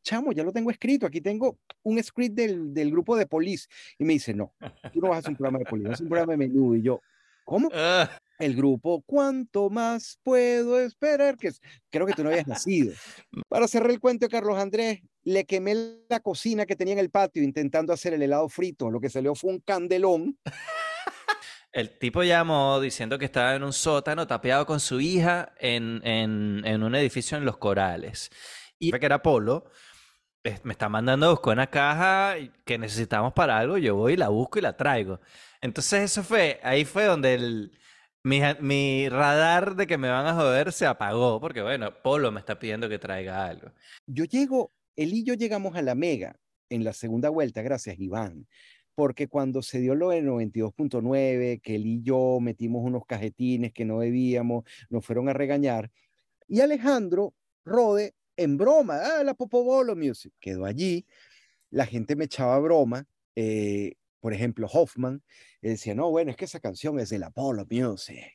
chamo, ya lo tengo escrito, aquí tengo un script del grupo de Police. Y me dice, no, tú no vas a hacer un programa de Police, vas a hacer un programa de Menudo. Y yo, ¿cómo? Ah, El grupo, ¿cuánto más puedo esperar? Creo que tú no habías nacido. Para cerrar el cuento de Carlos Andrés, le quemé la cocina que tenía en el patio intentando hacer el helado frito. Lo que salió fue un candelón. el tipo llamó diciendo que estaba en un sótano tapeado con su hija en un edificio en Los Corales. Y que era Polo, me está mandando a buscar una caja que necesitamos para algo, yo voy y la busco y la traigo. Entonces ahí fue donde mi radar de que me van a joder se apagó, porque bueno, Polo me está pidiendo que traiga algo. Él y yo llegamos a la Mega en la segunda vuelta, gracias Iván, porque cuando se dio lo de 92.9, que él y yo metimos unos cajetines que no debíamos, nos fueron a regañar, y Alejandro Rode, en broma, la Popobolo Music, quedó allí, la gente me echaba broma, por ejemplo, Hoffman, decía, no, bueno, es que esa canción es de la Polo Music.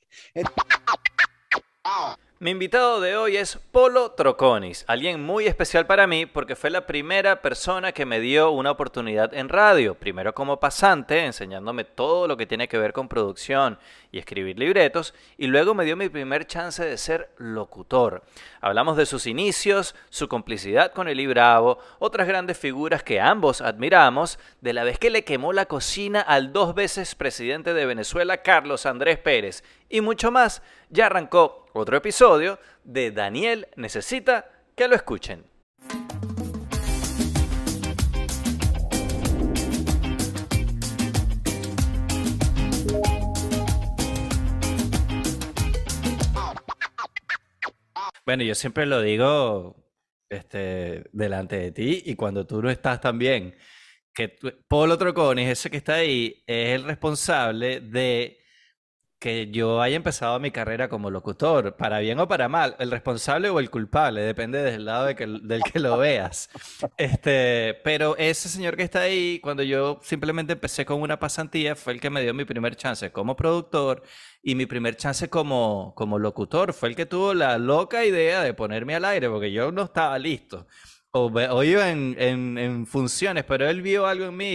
Mi invitado de hoy es Polo Troconis, alguien muy especial para mí porque fue la primera persona que me dio una oportunidad en radio, primero como pasante, enseñándome todo lo que tiene que ver con producción y escribir libretos, y luego me dio mi primer chance de ser locutor. Hablamos de sus inicios, su complicidad con Eli Bravo, otras grandes figuras que ambos admiramos, de la vez que le quemó la cocina al 2 veces presidente de Venezuela, Carlos Andrés Pérez, y mucho más. Ya arrancó otro episodio de Daniel Necesita que lo escuchen. Bueno, yo siempre lo digo delante de ti y cuando tú no estás también, Polo Troconis, ese que está ahí, es el responsable de que yo haya empezado mi carrera como locutor, para bien o para mal, el responsable o el culpable, depende del lado del que lo veas. Pero ese señor que está ahí, cuando yo simplemente empecé con una pasantía, fue el que me dio mi primer chance como productor y mi primer chance como locutor. Fue el que tuvo la loca idea de ponerme al aire, porque yo no estaba listo. O iba en funciones, pero él vio algo en mí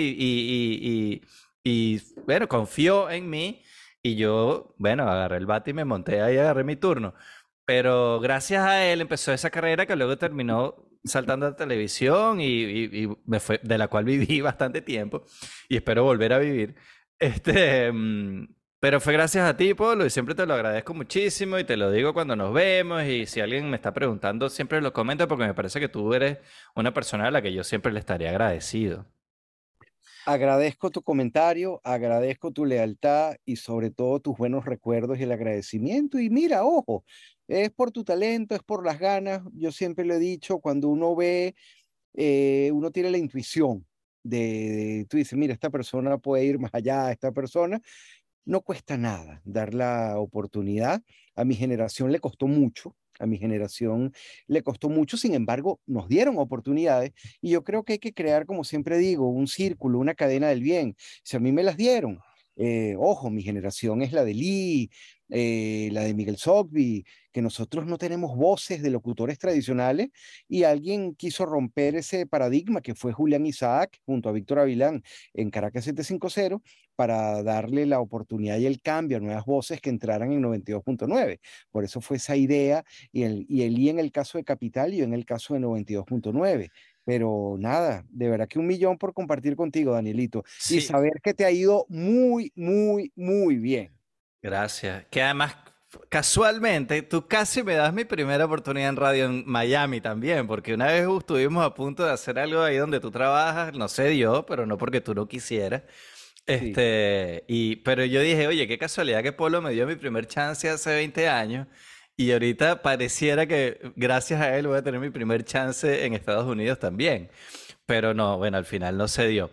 bueno, confió en mí. Y yo, bueno, agarré el bate y me monté ahí, agarré mi turno. Pero gracias a él empezó esa carrera que luego terminó saltando a televisión y de la cual viví bastante tiempo y espero volver a vivir. Este, mm, pero fue gracias a ti, Polo, y siempre te lo agradezco muchísimo y te lo digo cuando nos vemos y si alguien me está preguntando, siempre lo comento porque me parece que tú eres una persona a la que yo siempre le estaría agradecido. Agradezco tu comentario, agradezco tu lealtad y sobre todo tus buenos recuerdos y el agradecimiento. Y mira, ojo, es por tu talento, es por las ganas. Yo siempre lo he dicho, cuando uno ve, uno tiene la intuición tú dices, mira, esta persona puede ir más allá, esta persona. No cuesta nada dar la oportunidad. A mi generación le costó mucho, a mi generación le costó mucho, sin embargo, nos dieron oportunidades y yo creo que hay que crear, como siempre digo, un círculo, una cadena del bien. Si a mí me las dieron, ojo, mi generación es la de Lee, la de Miguel Sogby, que nosotros no tenemos voces de locutores tradicionales y alguien quiso romper ese paradigma que fue Julián Isaac junto a Víctor Avilán en Caracas 750 para darle la oportunidad y el cambio a nuevas voces que entraran en 92.9. Por eso fue esa idea y en el caso de Capital y yo en el caso de 92.9. Pero nada, de verdad que 1 millón por compartir contigo, Danielito, y Sí, saber que te ha ido muy, muy, muy bien. gracias. Que además, casualmente, tú casi me das mi primera oportunidad en radio en Miami también, porque una vez estuvimos a punto de hacer algo ahí donde tú trabajas, no sé yo, pero no porque tú no quisieras. Sí. Pero yo dije, oye, qué casualidad que Polo me dio mi primer chance hace 20 años y ahorita pareciera que gracias a él voy a tener mi primer chance en Estados Unidos también. Pero no, bueno, al final no se dio.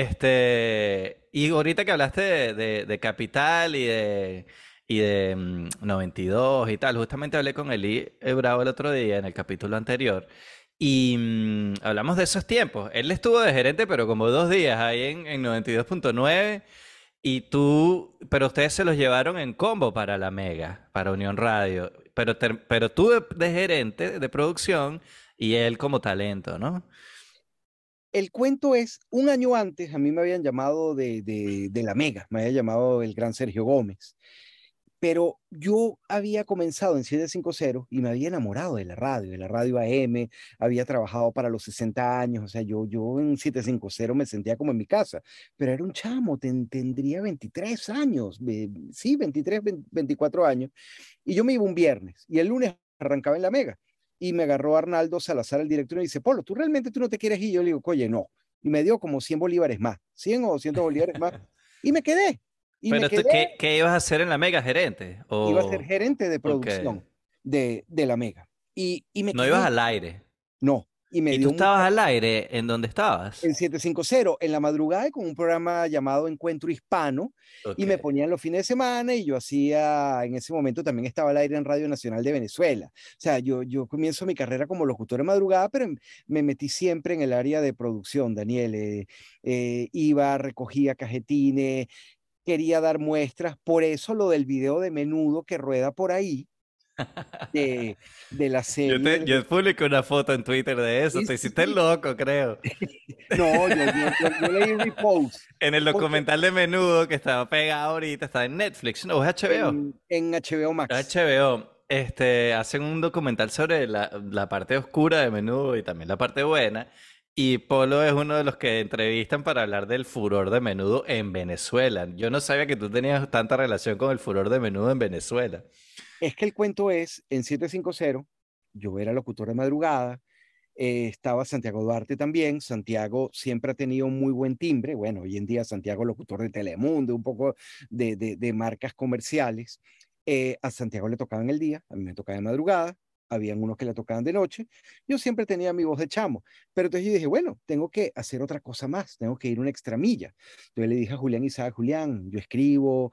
Y ahorita que hablaste de Capital y de 92 y tal, justamente hablé con Eli Bravo el otro día en el capítulo anterior y hablamos de esos tiempos. Él estuvo de gerente, pero como 2 días ahí en 92.9 pero ustedes se los llevaron en combo para la Mega, para Unión Radio. Pero tú de gerente de producción y él como talento, ¿no? El cuento es, un año antes a mí me habían llamado de la Mega, me había llamado el gran Sergio Gómez, pero yo había comenzado en 750 y me había enamorado de la radio AM, había trabajado para los 60 años, o sea, yo en 750 me sentía como en mi casa, pero era un chamo, tendría 23 años, sí, 23, 24 años, y yo me iba un viernes, y el lunes arrancaba en la Mega, y me agarró Arnaldo Salazar, el director, y me dice, Polo, ¿tú realmente tú no te quieres ir? Yo le digo, oye, no, y me dio como 100 bolívares más, 100 o 200 bolívares más, y me quedé. Y me Pero quedé ¿qué ibas a hacer en la Mega, gerente? Iba a ser gerente de Ok. producción de la Mega. Y me No ibas quedé, al aire. no, y me ¿Y tú dio estabas mucha al aire en donde estabas? en 750 en la madrugada con un programa llamado Encuentro Hispano y Ok. me ponían los fines de semana y yo hacía, en ese momento también estaba al aire en Radio Nacional de Venezuela. O sea, yo comienzo mi carrera como locutor de madrugada, pero me metí siempre en el área de producción, Daniel. Iba, recogía cajetines, quería dar muestras, por eso lo del video de Menudo que rueda por ahí de, de la serie Yo de... publiqué una foto en Twitter de eso, Sí, te hiciste sí. loco, creo. No, yo leí repost. En el Ponte documental de Menudo que estaba pegado ahorita, está en Netflix, ¿no? ¿Es HBO? en HBO Max. HBO, hacen un documental sobre la parte oscura de Menudo y también la parte buena. Y Polo es uno de los que entrevistan para hablar del furor de Menudo en Venezuela. Yo no sabía que tú tenías tanta relación con el furor de Menudo en Venezuela. Es que el cuento es, en 750, yo era locutor de madrugada, estaba Santiago Duarte también. Santiago siempre ha tenido un muy buen timbre. Bueno, hoy en día Santiago es locutor de Telemundo, un poco de marcas comerciales. A Santiago le tocaban el día, a mí me tocaba de madrugada, habían unos que le tocaban de noche. Yo siempre tenía mi voz de chamo, pero entonces yo dije, bueno, tengo que hacer otra cosa más, tengo que ir una extra milla. Entonces le dije a Julián Isaac, Julián, yo escribo,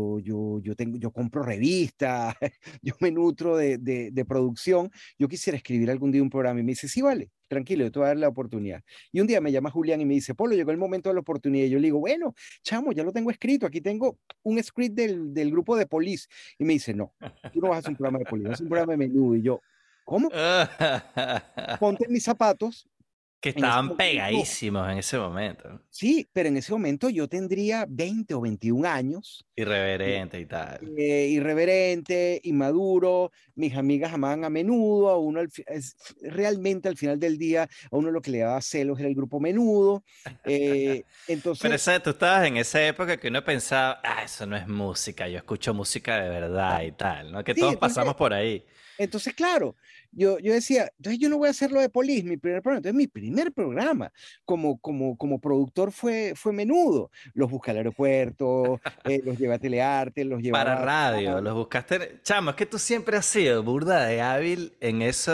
yo compro revistas, yo me nutro de producción, yo quisiera escribir algún día un programa y me dice, sí, vale, tranquilo, yo te voy a dar la oportunidad. Y un día me llama Julián y me dice, Polo, llegó el momento de la oportunidad. Y yo le digo, bueno, chamo, ya lo tengo escrito, aquí tengo un script del grupo de Police. Y me dice, no, tú no vas a hacer un programa de Police, vas a hacer un programa de Menudo. Y yo, ¿cómo? Ponte en mis zapatos. Que En ese estaban momento, pegadísimos en ese momento. sí, pero en ese momento yo tendría 20 o 21 años, Irreverente y tal. irreverente, inmaduro. Mis amigas amaban a Menudo, a uno realmente al final del día, a uno lo que le daba celos era el grupo Menudo. Pero Entonces, tú estabas en esa época que uno pensaba, ah, eso no es música, yo escucho música de verdad y tal, ¿no? Que sí, todos pasamos por ahí. entonces, claro, yo decía, entonces yo no voy a hacer lo de Polis, mi primer programa. Entonces, mi primer programa como productor fue Menudo. Los busca al aeropuerto, los lleva a Telearte, los Para llevaba a... radio, los buscaste. Chamo, es que tú siempre has sido burda de hábil en eso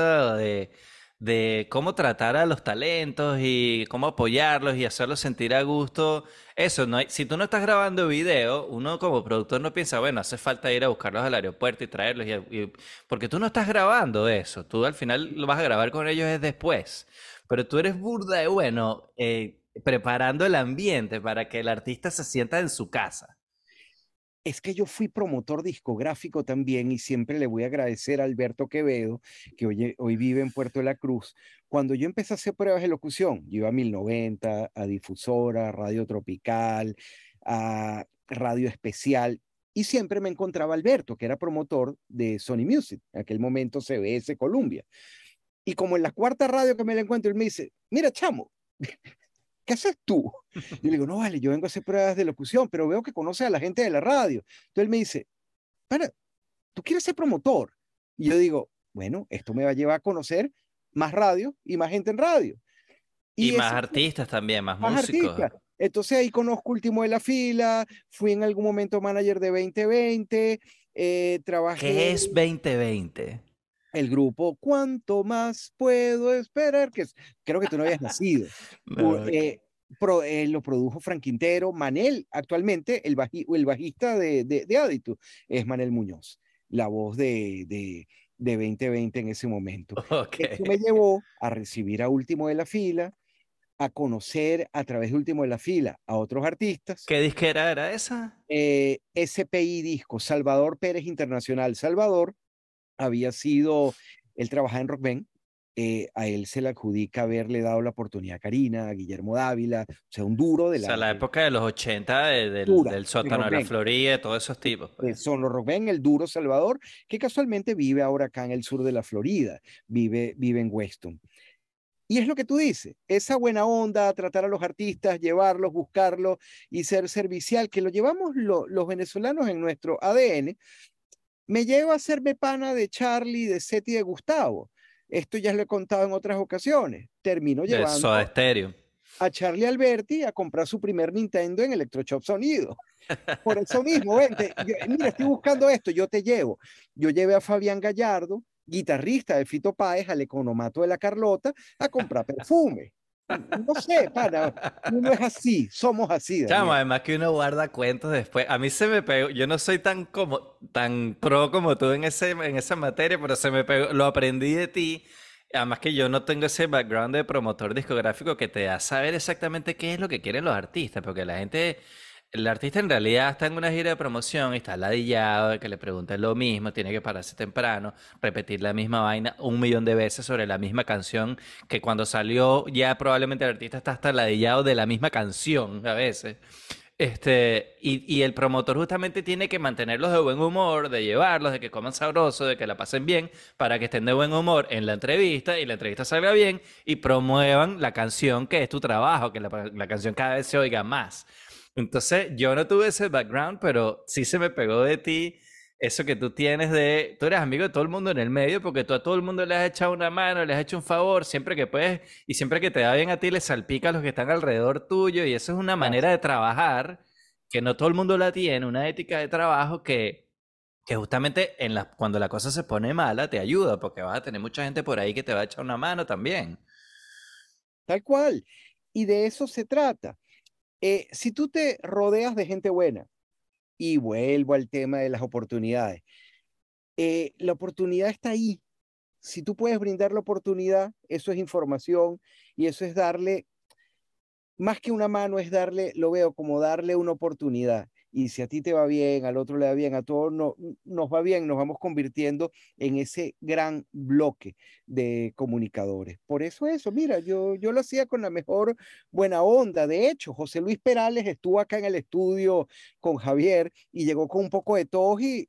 de cómo tratar a los talentos y cómo apoyarlos y hacerlos sentir a gusto. Eso, no hay, si tú no estás grabando video, uno como productor no piensa, bueno, hace falta ir a buscarlos al aeropuerto y traerlos, porque tú no estás grabando eso. Tú al final lo vas a grabar con ellos es después. Pero tú eres burda de bueno, preparando el ambiente para que el artista se sienta en su casa. Es que yo fui promotor discográfico también y siempre le voy a agradecer a Alberto Quevedo, que hoy vive en Puerto de la Cruz. Cuando yo empecé a hacer pruebas de locución, yo iba a 1090, a Difusora, a Radio Tropical, a Radio Especial, y siempre me encontraba Alberto, que era promotor de Sony Music, en aquel momento CBS Columbia. Y como en la cuarta radio que me la encuentro, él me dice, mira, chamo, ¿qué haces tú? Yo le digo, no, vale, yo vengo a hacer pruebas de locución, pero veo que conoces a la gente de la radio. Entonces él me dice, para, ¿tú quieres ser promotor? Y yo digo, bueno, esto me va a llevar a conocer más radio y más gente en radio. Y Y más ese, artistas también, más más músicos. artistas. Entonces ahí conozco Último de la Fila, fui en algún momento manager de 2020, trabajé ¿Qué es 2020? el grupo ¿Cuánto más puedo esperar? Creo que tú no habías nacido. U- No, eh, lo produjo Frank Quintero, Manel, actualmente el bajista de Aditu es Manel Muñoz, la voz de 2020 en ese momento. ok. Esto me llevó a recibir a Último de la Fila, a conocer a través de Último de la Fila a otros artistas. ¿Qué disquera era esa? SPI Disco, Salvador Pérez Internacional. Salvador había sido, él trabajaba en Rock Band, a él se le adjudica haberle dado la oportunidad a Karina, a Guillermo Dávila, o sea, un duro O de sea, la la época de los 80 dura, del de sótano Rock de la Ben. Florida, de todos esos tipos, pues. Son los Rock Ben, el duro Salvador, que casualmente vive ahora acá en el sur de la Florida, vive en Weston. Y es lo que tú dices, esa buena onda, tratar a los artistas, llevarlos, buscarlos y ser servicial, que lo llevamos los venezolanos en nuestro ADN, me lleva a hacerme pana de Charlie, de Seti y de Gustavo. Esto ya lo he contado en otras ocasiones. Termino De Soda llevando Stereo. a Charlie Alberti a comprar su primer Nintendo en Electroshop Sonido. Por eso mismo, vente, mira, estoy buscando esto, yo te llevo. Yo llevé a Fabián Gallardo, guitarrista de Fito Páez, al Economato de la Carlota, a comprar perfume. No sé, pana, uno es así, somos así, Chamo, Daniel. además que uno guarda cuentos después. A mí se me pegó, yo no soy tan pro como tú en esa materia, pero se me pegó, lo aprendí de ti. Además que yo no tengo ese background de promotor discográfico que te da a saber exactamente qué es lo que quieren los artistas, porque el artista en realidad está en una gira de promoción y está ladillado de que le pregunten lo mismo, tiene que pararse temprano, repetir la misma vaina 1 millón de veces sobre la misma canción, que cuando salió ya probablemente el artista está hasta ladillado de la misma canción a veces. Y el promotor justamente tiene que mantenerlos de buen humor, de llevarlos, de que coman sabroso, de que la pasen bien, para que estén de buen humor en la entrevista y la entrevista salga bien y promuevan la canción que es tu trabajo, que la canción cada vez se oiga más. Entonces, yo no tuve ese background, pero sí se me pegó de ti eso que tú tienes tú eres amigo de todo el mundo en el medio porque tú a todo el mundo le has echado una mano, le has hecho un favor, siempre que puedes y siempre que te da bien a ti, le salpica a los que están alrededor tuyo y eso es una manera de trabajar que no todo el mundo la tiene, una ética de trabajo que justamente cuando la cosa se pone mala te ayuda porque vas a tener mucha gente por ahí que te va a echar una mano también. Tal cual. Y de eso se trata. Si tú te rodeas de gente buena, y vuelvo al tema de las oportunidades, la oportunidad está ahí. Si tú puedes brindar la oportunidad, eso es información y eso es darle, más que una mano, es darle, lo veo como darle una oportunidad. Y si a ti te va bien, al otro le va bien, a todos nos va bien, nos vamos convirtiendo en ese gran bloque de comunicadores. Por eso, mira, yo lo hacía con la mejor buena onda. De hecho, José Luis Perales estuvo acá en el estudio con Javier y llegó con un poco de tos y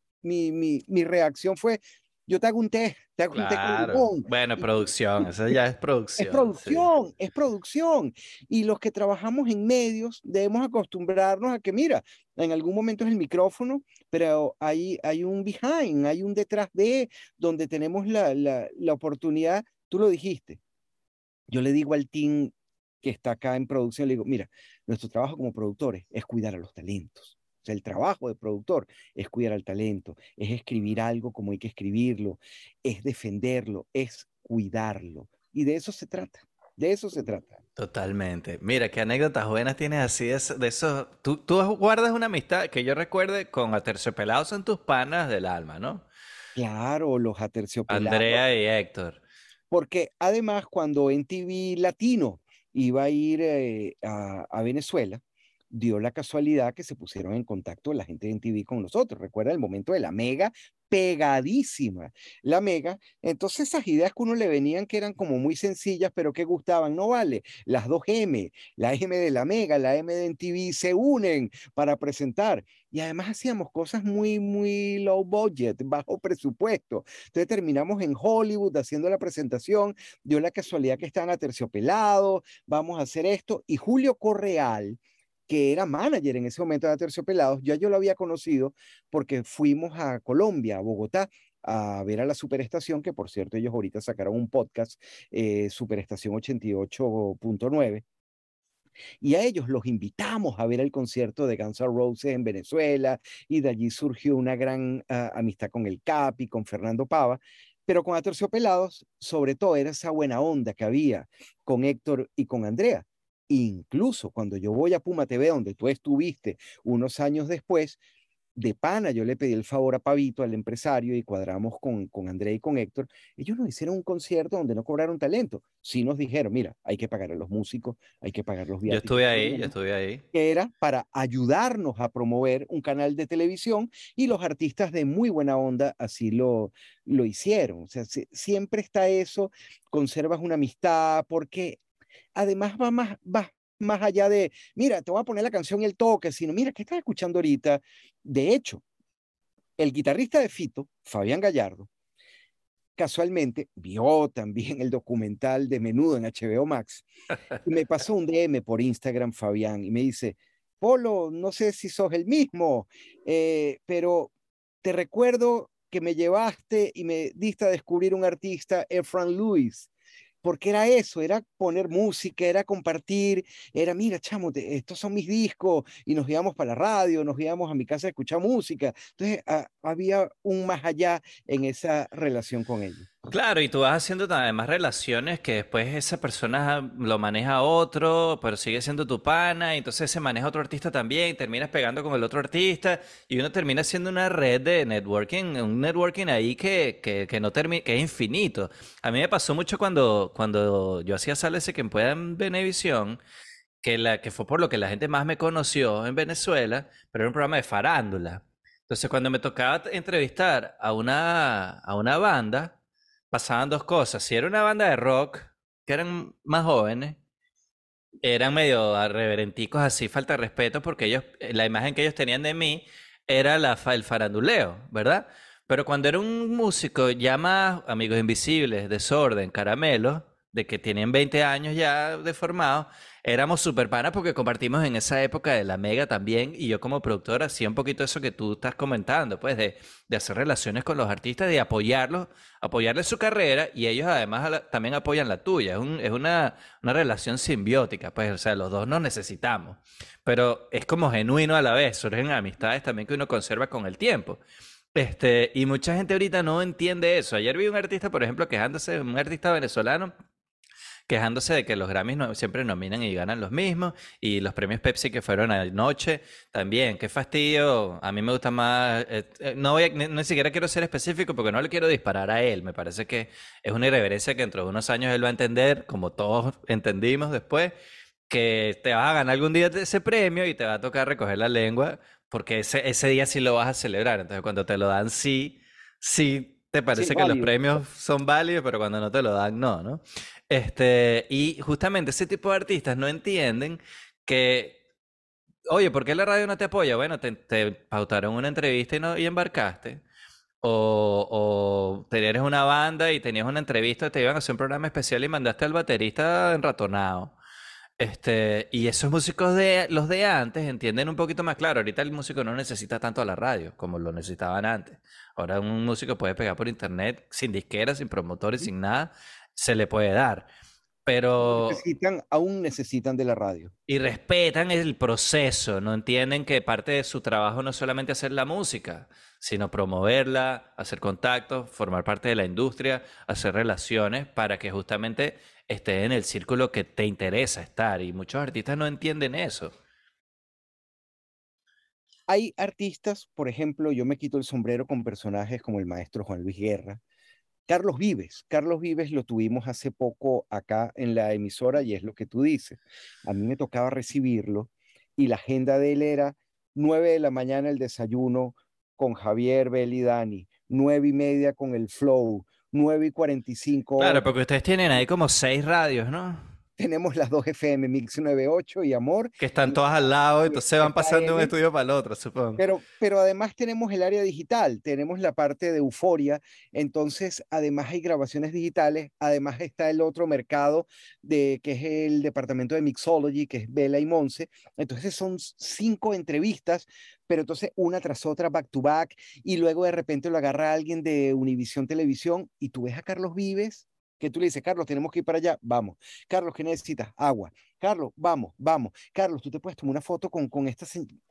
mi reacción fue, yo te hago un té con Claro. limón. Bueno, Y producción, eso ya es es producción, sí. producción, es producción. Y los que trabajamos en medios debemos acostumbrarnos a que, mira, en algún momento es el micrófono, pero hay un behind, hay un detrás de, donde tenemos la oportunidad, tú lo dijiste, yo le digo al team que está acá en producción, le digo, mira, nuestro trabajo como productores es cuidar a los talentos. O sea, el trabajo de productor es cuidar al talento, es escribir algo como hay que escribirlo, es defenderlo, es cuidarlo. Y de eso se trata, de eso se trata. Totalmente. Mira, qué anécdotas buenas tienes así de eso. Tú guardas una amistad que yo recuerde con Aterciopelados en tus panas del alma, ¿no? Claro, los aterciopelados, Andrea y Héctor. porque además cuando en TV Latino iba a ir a Venezuela, dio la casualidad que se pusieron en contacto la gente de NTV con nosotros. Recuerda el momento de la Mega, pegadísima, la Mega. Entonces esas ideas que uno le venían que eran como muy sencillas, pero que gustaban, no vale. Las dos M, la M de la Mega, la M de NTV se unen para presentar. Y además hacíamos cosas muy low budget, bajo presupuesto. Entonces terminamos en Hollywood haciendo la presentación, dio la casualidad que estaban aterciopelados, vamos a hacer esto. Y Julio Correal, que era manager en ese momento de Aterciopelados, ya yo lo había conocido porque fuimos a Colombia, a Bogotá, a ver a la Superestación, que por cierto ellos ahorita sacaron un podcast, Superestación 88.9, y a ellos los invitamos a ver el concierto de Guns N' Roses en Venezuela, y de allí surgió una gran amistad con el Capi, con Fernando Pava, pero con Aterciopelados, sobre todo, era esa buena onda que había con Héctor y con Andrea. Incluso cuando yo voy a Puma TV, donde tú estuviste unos años después, de pana, yo le pedí el favor a Pavito, al empresario, y cuadramos con André y con Héctor. Ellos nos hicieron un concierto donde no cobraron talento. Sí nos dijeron, mira, hay que pagar a los músicos, hay que pagar los viáticos, Yo estuve ahí. que era para ayudarnos a promover un canal de televisión y los artistas de muy buena onda así lo hicieron. O sea, siempre está eso, conservas una amistad, porque además va más allá de, mira, te voy a poner la canción y el toque, sino, mira, ¿qué estás escuchando ahorita? De hecho, el guitarrista de Fito, Fabián Gallardo, casualmente vio también el documental de Menudo en HBO Max y me pasó un DM por Instagram, Fabián, y me dice, Polo, no sé si sos el mismo, pero te recuerdo que me llevaste y me diste a descubrir un artista, Efran Lewis, porque era eso, era poner música, era compartir, era, mira, chamo, estos son mis discos, y nos íbamos para la radio, nos íbamos a mi casa a escuchar música. Entonces, había un más allá en esa relación con ellos. Claro, y tú vas haciendo además relaciones que después esa persona lo maneja otro, pero sigue siendo tu pana, y entonces se maneja otro artista también, y terminas pegando con el otro artista, y uno termina siendo una red de networking, un networking ahí que no termina, que es infinito. A mí me pasó mucho cuando yo hacía Sálvese quien pueda en Venevisión, que fue por lo que la gente más me conoció en Venezuela, pero era un programa de farándula. Entonces, cuando me tocaba entrevistar a una banda, pasaban dos cosas. Si era una banda de rock, que eran más jóvenes, eran medio reverenticos así, falta de respeto, porque ellos, la imagen que ellos tenían de mí era el faranduleo, ¿verdad? Pero cuando era un músico ya más Amigos Invisibles, Desorden, Caramelo, de que tienen 20 años ya de formado, éramos super panas porque compartimos en esa época de la Mega también, y yo como productor hacía un poquito eso que tú estás comentando, pues de hacer relaciones con los artistas, de apoyarlos, apoyarles su carrera, y ellos además también apoyan la tuya. Es una relación simbiótica, pues, o sea, los dos nos necesitamos, pero es como genuino a la vez, surgen amistades también que uno conserva con el tiempo. Y mucha gente ahorita no entiende eso. Ayer vi un artista, por ejemplo, quejándose, un artista venezolano, quejándose de que los Grammys siempre nominan y ganan los mismos, y los premios Pepsi que fueron anoche también, qué fastidio. A mí me gusta más, no voy ni siquiera quiero ser específico porque no le quiero disparar a él, me parece que es una irreverencia que dentro de unos años él va a entender, como todos entendimos después, que te vas a ganar algún día ese premio y te va a tocar recoger la lengua, porque ese día sí lo vas a celebrar. Entonces, cuando te lo dan, sí, sí te Sí, es parece que los válido. premios son válidos, pero cuando no te lo dan, no, ¿no? Y justamente ese tipo de artistas no entienden que, oye, ¿por qué la radio no te apoya? Bueno, te pautaron una entrevista y embarcaste. O eres una banda y tenías una entrevista, te iban a hacer un programa especial y mandaste al baterista enratonado. Y esos músicos de los de antes entienden un poquito más claro. Ahorita el músico no necesita tanto a la radio como lo necesitaban antes. Ahora un músico puede pegar por internet sin disquera, sin promotores, sin nada, se le puede dar. Pero Aún necesitan de la radio. y respetan el proceso, no entienden que parte de su trabajo no es solamente hacer la música, sino promoverla, hacer contactos, formar parte de la industria, hacer relaciones para que justamente esté en el círculo que te interesa estar. Y muchos artistas no entienden eso. Hay artistas, por ejemplo, yo me quito el sombrero con personajes como el maestro Juan Luis Guerra, Carlos Vives. Carlos Vives lo tuvimos hace poco acá en la emisora y es lo que tú dices. A mí me tocaba recibirlo y la agenda de él era 9 de la mañana el desayuno con Javier, Bel y Dani, 9:30 con el Flow, 9:45 Claro, porque ustedes tienen ahí como 6 radios, ¿no? tenemos las dos FM, Mix 98 y Amor, Que están y todas al lado, entonces van pasando de un FM. estudio para el otro, supongo. Pero además tenemos el área digital, tenemos la parte de Euforia, entonces además hay grabaciones digitales, además está el otro mercado que es el departamento de Mixology, que es Bella y Monse, entonces son 5 entrevistas, pero entonces una tras otra, back to back, y luego de repente lo agarra alguien de Univisión Televisión y tú ves a Carlos Vives, que tú le dices, Carlos, tenemos que ir para allá, vamos. Carlos, ¿qué necesitas? Agua. Carlos, vamos, vamos. Carlos, tú te puedes tomar una foto con esta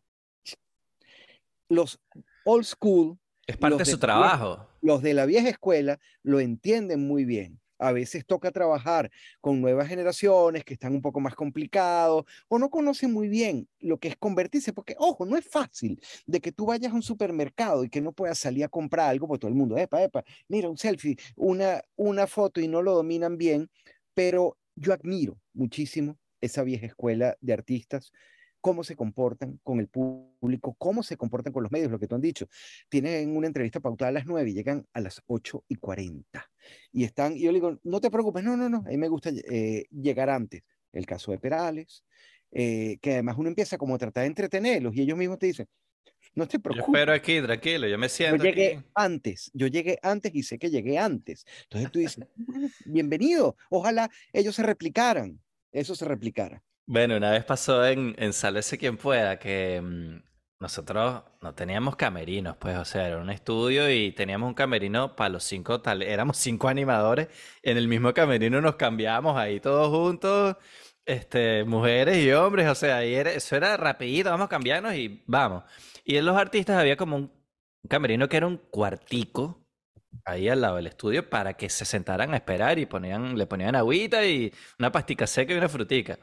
los old school, Es parte los de de su la vieja, trabajo. los de la vieja escuela lo entienden muy bien. A veces toca trabajar con nuevas generaciones que están un poco más complicados o no conocen muy bien lo que es convertirse, porque, ojo, no es fácil de que tú vayas a un supermercado y que no puedas salir a comprar algo, porque todo el mundo, epa, mira, un selfie, una foto y no lo dominan bien, pero yo admiro muchísimo esa vieja escuela de artistas, cómo se comportan con el público, cómo se comportan con los medios, lo que tú han dicho. Tienen una entrevista pautada a las 9 y llegan a las 8:40. Y yo le digo, no te preocupes, no, a mí me gusta llegar antes. El caso de Perales, que además uno empieza como a tratar de entretenerlos y ellos mismos te dicen, no te Yo espero preocupes, aquí, tranquilo, yo me siento aquí. yo llegué antes y sé que llegué antes. Entonces tú dices, bueno, bienvenido, ojalá ellos se replicaran, eso se replicara. Bueno, una vez pasó en Sálvese quien pueda que nosotros no teníamos camerinos, pues, o sea, era un estudio y teníamos un camerino para los cinco, tal, éramos cinco animadores, en el mismo camerino nos cambiábamos ahí todos juntos, mujeres y hombres, o sea, eso era rapidito, vamos a cambiarnos y vamos. Y en los artistas había como un camerino que era un cuartico ahí al lado del estudio para que se sentaran a esperar y le ponían agüita y una pastica seca y una frutica.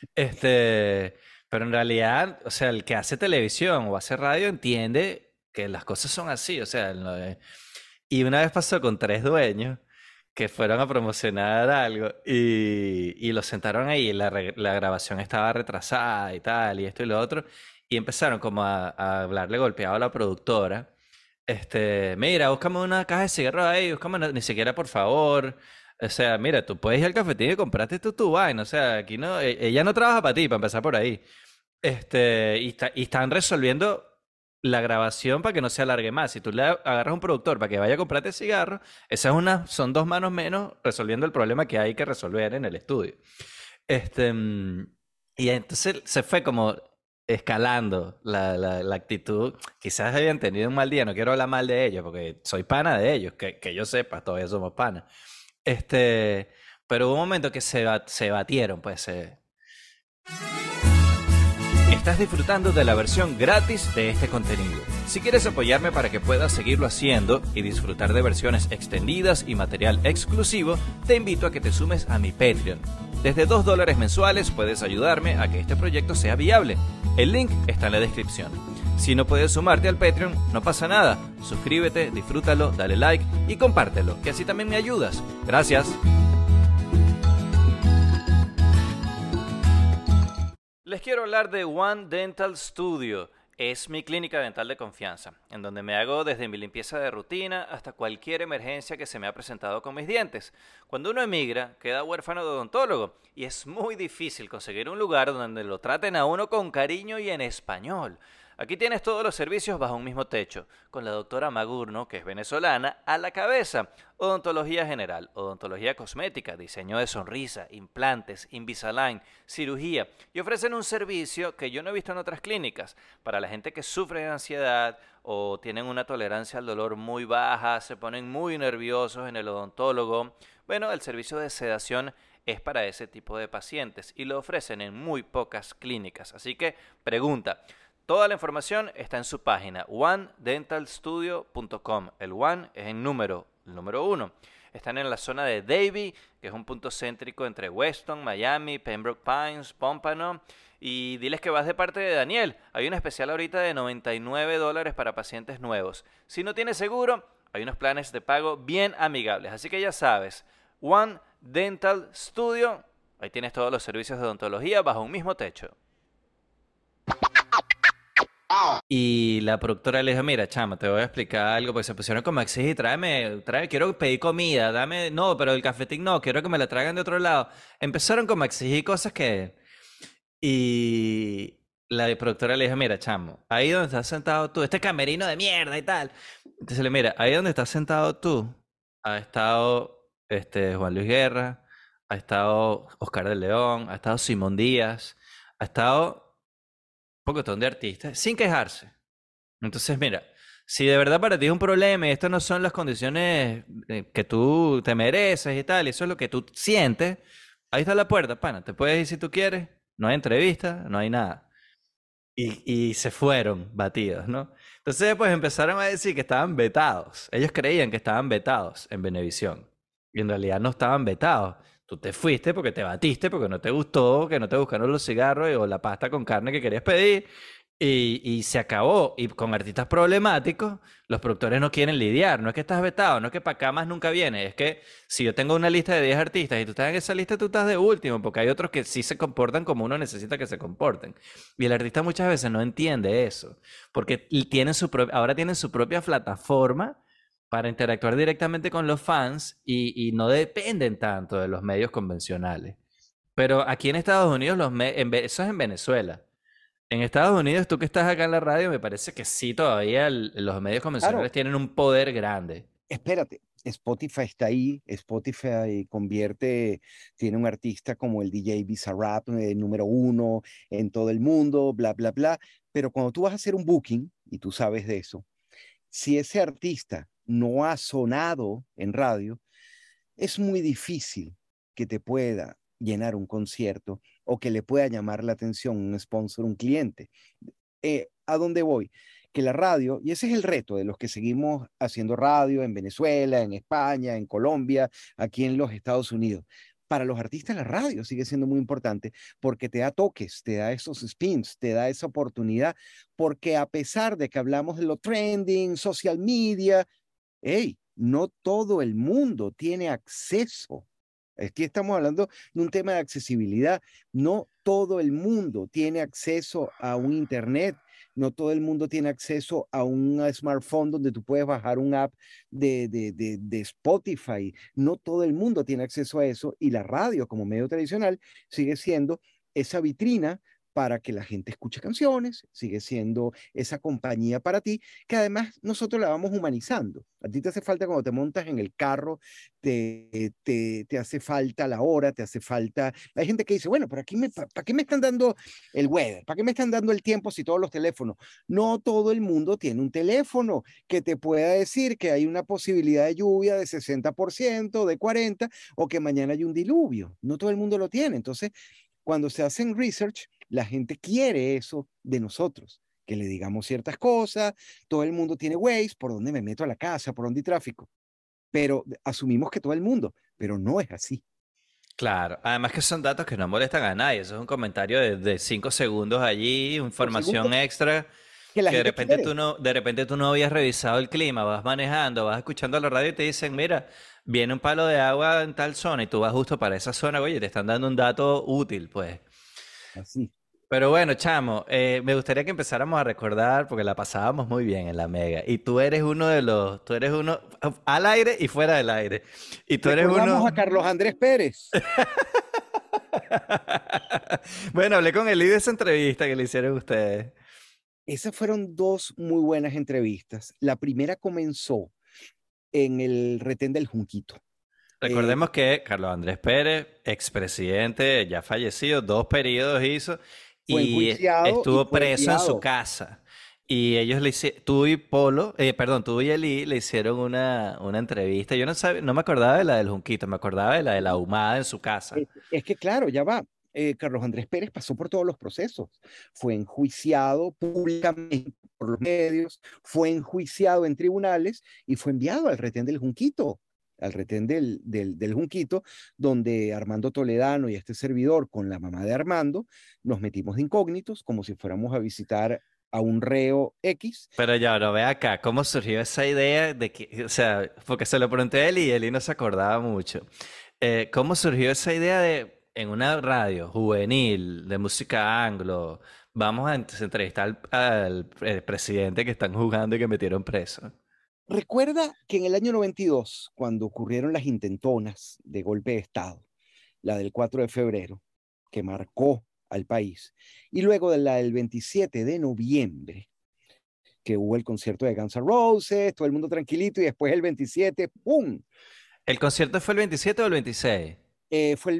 Pero en realidad, o sea, el que hace televisión o hace radio entiende que las cosas son así, o sea, y una vez pasó con tres dueños que fueron a promocionar algo y los sentaron ahí, y la grabación estaba retrasada y tal, y esto y lo otro, y empezaron como a hablarle golpeado a la productora. Mira, búscame una caja de cigarros ahí, búscame ni siquiera por favor. O sea, mira, tú puedes ir al cafetín y compraste tu vaina. O sea, aquí no, ella no trabaja para ti, para empezar por ahí. Y están resolviendo la grabación para que no se alargue más. Si tú le agarras a un productor para que vaya a comprarte cigarros, son dos manos menos resolviendo el problema que hay que resolver en el estudio. Este, mm, y entonces se fue como escalando la actitud. Quizás habían tenido un mal día, no quiero hablar mal de ellos, porque soy pana de ellos, que yo sepa, todavía somos panas. Este, pero hubo un momento que se batieron, pues Estás disfrutando de la versión gratis de este contenido. Si quieres apoyarme para que pueda seguirlo haciendo y disfrutar de versiones extendidas y material exclusivo, te invito a que te sumes a mi Patreon. Desde $2 mensuales puedes ayudarme a que este proyecto sea viable. El link está en la descripción. Si no puedes sumarte al Patreon, no pasa nada. Suscríbete, disfrútalo, dale like y compártelo, que así también me ayudas. Gracias. Les quiero hablar de One Dental Studio. Es mi clínica dental de confianza, en donde me hago desde mi limpieza de rutina hasta cualquier emergencia que se me ha presentado con mis dientes. Cuando uno emigra, queda huérfano de odontólogo y es muy difícil conseguir un lugar donde lo traten a uno con cariño y en español. Aquí tienes todos los servicios bajo un mismo techo, con la doctora Magurno, que es venezolana, a la cabeza. Odontología general, odontología cosmética, diseño de sonrisa, implantes, Invisalign, cirugía. Y ofrecen un servicio que yo no he visto en otras clínicas. Para la gente que sufre de ansiedad o tienen una tolerancia al dolor muy baja, se ponen muy nerviosos en el odontólogo. Bueno, el servicio de sedación es para ese tipo de pacientes y lo ofrecen en muy pocas clínicas. Así que pregunta. Toda la información está en su página onedentalstudio.com. El One es el número 1. Están en la zona de Davie, que es un punto céntrico entre Weston, Miami, Pembroke Pines, Pompano. Y diles que vas de parte de Daniel. Hay un especial ahorita de $99 para pacientes nuevos. Si no tienes seguro, hay unos planes de pago bien amigables. Así que ya sabes, One Dental Studio. Ahí tienes todos los servicios de odontología bajo un mismo techo. Y la productora le dijo, mira, chama, te voy a explicar algo, porque se pusieron como a exigir, quiero pedir comida, no, pero el cafetín no, quiero que me la traigan de otro lado. Empezaron como a exigir cosas que... Y la productora le dijo, mira, chamo, ahí donde estás sentado tú, este camerino de mierda y tal. Entonces le mira, ahí donde estás sentado tú, ha estado Juan Luis Guerra, ha estado Oscar de León, ha estado Simón Díaz, ha estado pocotón de artistas sin quejarse. Entonces, mira, si de verdad para ti es un problema y estas no son las condiciones que tú te mereces y tal, y eso es lo que tú sientes, ahí está la puerta, pana. Te puedes ir si tú quieres, no hay entrevista, no hay nada. Y se fueron batidos, ¿no? Entonces, pues empezaron a decir que estaban vetados. Ellos creían que estaban vetados en Venevisión. y en realidad no estaban vetados. Tú te fuiste porque te batiste, porque no te gustó, que no te buscaron los cigarros o la pasta con carne que querías pedir. Y se acabó. Y con artistas problemáticos, los productores no quieren lidiar. No es que estás vetado, no es que para acá más nunca viene. Es que si yo tengo una lista de 10 artistas y tú estás en esa lista, tú estás de último, porque hay otros que sí se comportan como uno necesita que se comporten. Y el artista muchas veces no entiende eso, porque tienen ahora tienen su propia plataforma para interactuar directamente con los fans y no dependen tanto de los medios convencionales. Pero aquí en Estados Unidos, eso es en Venezuela. En Estados Unidos, tú que estás acá en la radio, me parece que sí, todavía los medios convencionales Claro, tienen un poder grande. espérate, Spotify está ahí, Spotify convierte, tiene un artista como el DJ Bizarrap, número uno en todo el mundo, bla, bla, bla, pero cuando tú vas a hacer un booking, y tú sabes de eso, si ese artista no ha sonado en radio, es muy difícil que te pueda llenar un concierto o que le pueda llamar la atención un sponsor, un cliente. ¿A dónde voy? Que la radio, y ese es el reto de los que seguimos haciendo radio en Venezuela, en España, en Colombia, aquí en los Estados Unidos. Para los artistas la radio sigue siendo muy importante porque te da toques, te da esos spins, te da esa oportunidad, porque a pesar de que hablamos de lo trending, social media, hey, no todo el mundo tiene acceso. Aquí estamos hablando de un tema de accesibilidad. No todo el mundo tiene acceso a un internet. No todo el mundo tiene acceso a un smartphone donde tú puedes bajar un app de Spotify. No todo el mundo tiene acceso a eso y la radio como medio tradicional sigue siendo esa vitrina para que la gente escuche canciones, sigue siendo esa compañía para ti, que además nosotros la vamos humanizando. A ti te hace falta cuando te montas en el carro, te hace falta la hora, te hace falta... Hay gente que dice, bueno, pero aquí ¿para qué me están dando el weather? ¿Para qué me están dando el tiempo si todos los teléfonos? No todo el mundo tiene un teléfono que te pueda decir que hay una posibilidad de lluvia de 60%, de 40%, o que mañana hay un diluvio. No todo el mundo lo tiene. Entonces, cuando se hacen research, la gente quiere eso de nosotros, que le digamos ciertas cosas, todo el mundo tiene Waze, por dónde me meto a la casa, por dónde hay tráfico, pero asumimos que todo el mundo, pero no es así. Claro, además que son datos que no molestan a nadie. Eso es un comentario de 5 segundos allí, Por información segundo, extra que la que gente quiere. de repente tú no habías revisado el clima, vas manejando, vas escuchando la radio y te dicen, mira, viene un palo de agua en tal zona y tú vas justo para esa zona, oye, te están dando un dato útil, pues. Así. Pero bueno, chamo, me gustaría que empezáramos a recordar, porque la pasábamos muy bien en la Mega, y tú eres uno al aire y fuera del aire, y tú eres Recordamos uno... a Carlos Andrés Pérez. Bueno, hablé con Eli de esa entrevista que le hicieron ustedes. Esas fueron dos muy buenas entrevistas. La primera comenzó en el retén del Junquito. Eh, Recordemos que Carlos Andrés Pérez, expresidente, ya fallecido, 2 periodos hizo fue y enjuiciado y estuvo fue preso en su enviado. casa. Y ellos le hicieron, tú y Polo, perdón, tú y Eli le hicieron una entrevista. Yo no sabía, no me acordaba de la del Junquito, me acordaba de la de la ahumada en su casa. Es que claro, ya va. Carlos Andrés Pérez pasó por todos los procesos. Fue enjuiciado públicamente por los medios, fue enjuiciado en tribunales y fue enviado al retén del Junquito, al retén del Junquito, donde Armando Toledano y este servidor con la mamá de Armando nos metimos de incógnitos como si fuéramos a visitar a un reo X. Pero ya, no ve acá, ¿cómo surgió esa idea de que, o sea, porque se lo pregunté a Eli y Eli no se acordaba mucho. ¿Cómo surgió esa idea de, en una radio juvenil de música anglo, vamos a entrevistar al presidente que están jugando y que metieron preso? Recuerda que en el año 92, cuando ocurrieron las intentonas de golpe de Estado, la del 4 de febrero, que marcó al país, y luego de la del 27 de noviembre, que hubo el concierto de Guns N' Roses, todo el mundo tranquilito, y después el 27, ¡pum! ¿El concierto fue el 27 o el 26? Fue el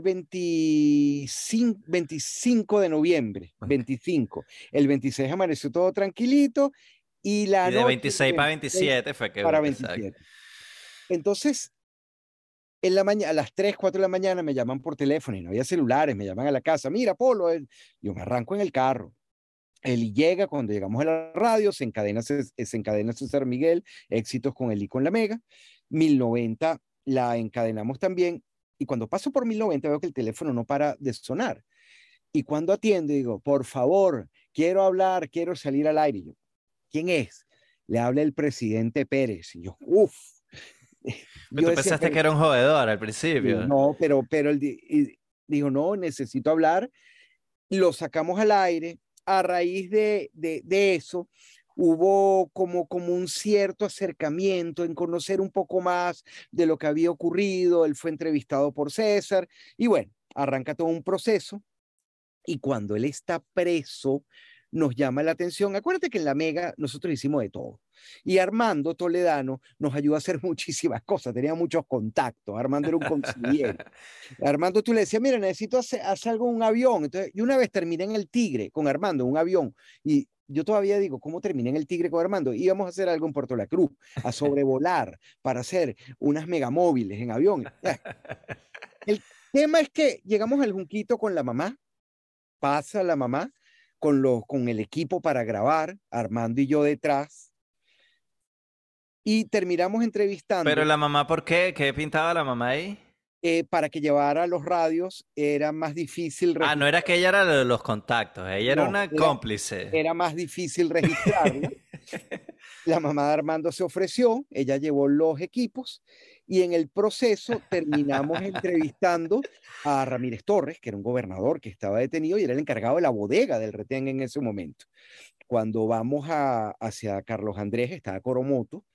25 de noviembre, Ok. 25. El 26 amaneció todo tranquilito y la Y de noche del 26 para 26 27 fue que... para Exacto. 27. Entonces, en la mañana, a las 3 4 de la mañana me llaman por teléfono y no había celulares, me llaman a la casa, mira, Polo, yo me arranco en el carro. Eli llega, cuando llegamos a la radio, se encadena César Miguel, éxitos con Eli con la Mega, 1090 la encadenamos también. Y cuando paso por 1090 veo que el teléfono no para de sonar. Y cuando atiendo, digo, por favor, quiero hablar, quiero salir al aire. Y yo, ¿quién es? Le habla el presidente Pérez. Y yo, uff. Pero Yo tú decía, pensaste que era un jodedor al principio. no, pero y dijo, no, necesito hablar. Lo sacamos al aire. A raíz de eso, hubo como un cierto acercamiento en conocer un poco más de lo que había ocurrido. Él fue entrevistado por César y bueno, arranca todo un proceso. Y cuando él está preso, nos llama la atención. Acuérdate que en la Mega nosotros hicimos de todo. Y Armando Toledano nos ayudó a hacer muchísimas cosas, tenía muchos contactos. Armando era un consiliero. Armando, tú le decías, mira, necesito hacer algo en un avión. Entonces, yo una vez terminé en el Tigre con Armando, en un avión, y yo todavía digo, ¿cómo terminé en el Tigre con Armando? Íbamos a hacer algo en Puerto La Cruz, a sobrevolar, para hacer unas megamóviles en avión. El tema es que llegamos al Junquito con la mamá, pasa la mamá con el equipo para grabar, Armando y yo detrás, y terminamos Pero entrevistando la mamá, ¿por qué? ¿Qué pintaba la mamá ahí? para que llevara los radios, era más difícil Ah, no era registrar, que ella era de los contactos, ella era no, una cómplice. era más difícil registrarla. La mamá de Armando se ofreció, ella llevó los equipos y en el proceso terminamos entrevistando a Ramírez Torres, que era un gobernador que estaba detenido y era el encargado de la bodega del retén en ese momento. Cuando vamos hacia Carlos Andrés, estaba Coromoto,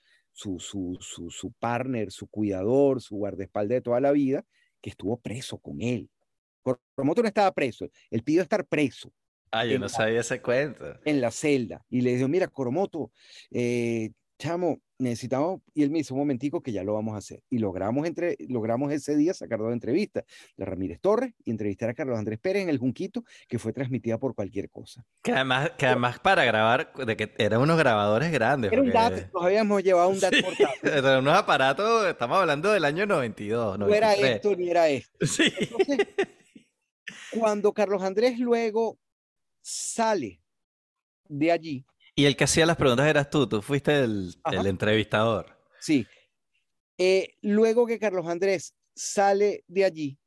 su partner, su cuidador, su guardaespaldas de toda la vida, que estuvo preso con él. Coromoto no estaba preso, él pidió estar preso Ah, yo en no la, sabía ese cuento. en la celda y le dijo, mira, Coromoto, chamo, necesitamos, y él me dice un momentico que ya lo vamos a hacer. Y logramos ese día sacar dos entrevistas de Ramírez Torres y entrevistar a Carlos Andrés Pérez en el Junquito, que fue transmitida por cualquier cosa. Que además para grabar, de que eran unos grabadores grandes, Era un DAT, porque nos habíamos llevado un DAT sí, portátil. eran unos aparatos, estamos hablando del año 92, No era 93. esto ni era esto. Sí. Entonces, cuando Carlos Andrés luego sale de allí, Y el que hacía las preguntas eras tú fuiste el ajá, entrevistador. sí, luego que Carlos Andrés sale de allí,